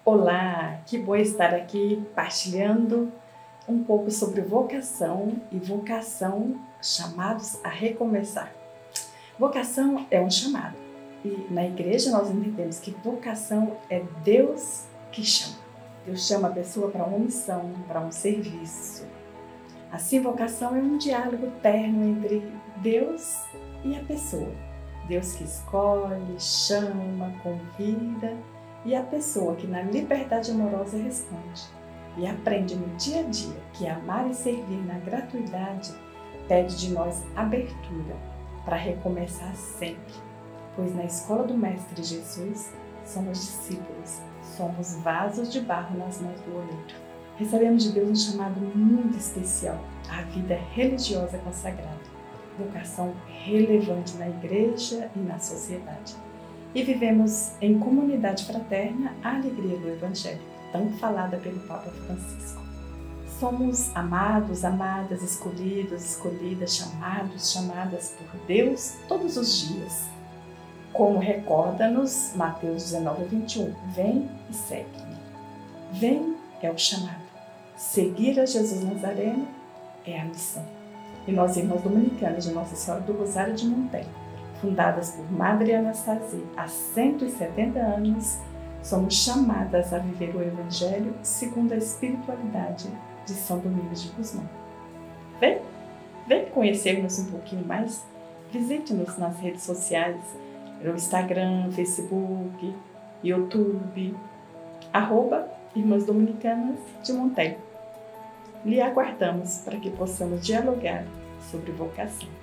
Olá, que bom estar aqui partilhando um pouco sobre vocação e vocação chamados a recomeçar. Vocação é um chamado e na igreja nós entendemos que vocação é Deus que chama. Deus chama a pessoa para uma missão, para um serviço. Assim, vocação é um diálogo terno entre Deus e a pessoa. Deus que escolhe, chama, convida e a pessoa que na liberdade amorosa responde e aprende no dia a dia que amar e servir na gratuidade pede de nós abertura para recomeçar sempre, pois na escola do Mestre Jesus somos discípulos, somos vasos de barro nas mãos do oleiro. Recebemos de Deus um chamado muito especial, a vida religiosa consagrada, vocação relevante na igreja e na sociedade. E vivemos em comunidade fraterna a alegria do Evangelho, tão falada pelo Papa Francisco. Somos amados, amadas, escolhidos, escolhidas, chamados, chamadas por Deus todos os dias. Como recorda-nos Mateus 19:21, vem e segue-me. Vem é o chamado. Seguir a Jesus Nazareno é a missão. E nós, irmãs dominicanas de Nossa Senhora do Rosário de Monteiro, fundadas por Madre Anastasia há 170 anos, somos chamadas a viver o Evangelho segundo a espiritualidade de São Domingos de Gusmão. Vem conhecer-nos um pouquinho mais? Visite-nos nas redes sociais, no Instagram, Facebook, YouTube, @Irmãs Dominicanas de Monteiro. Lhe aguardamos para que possamos dialogar sobre vocação.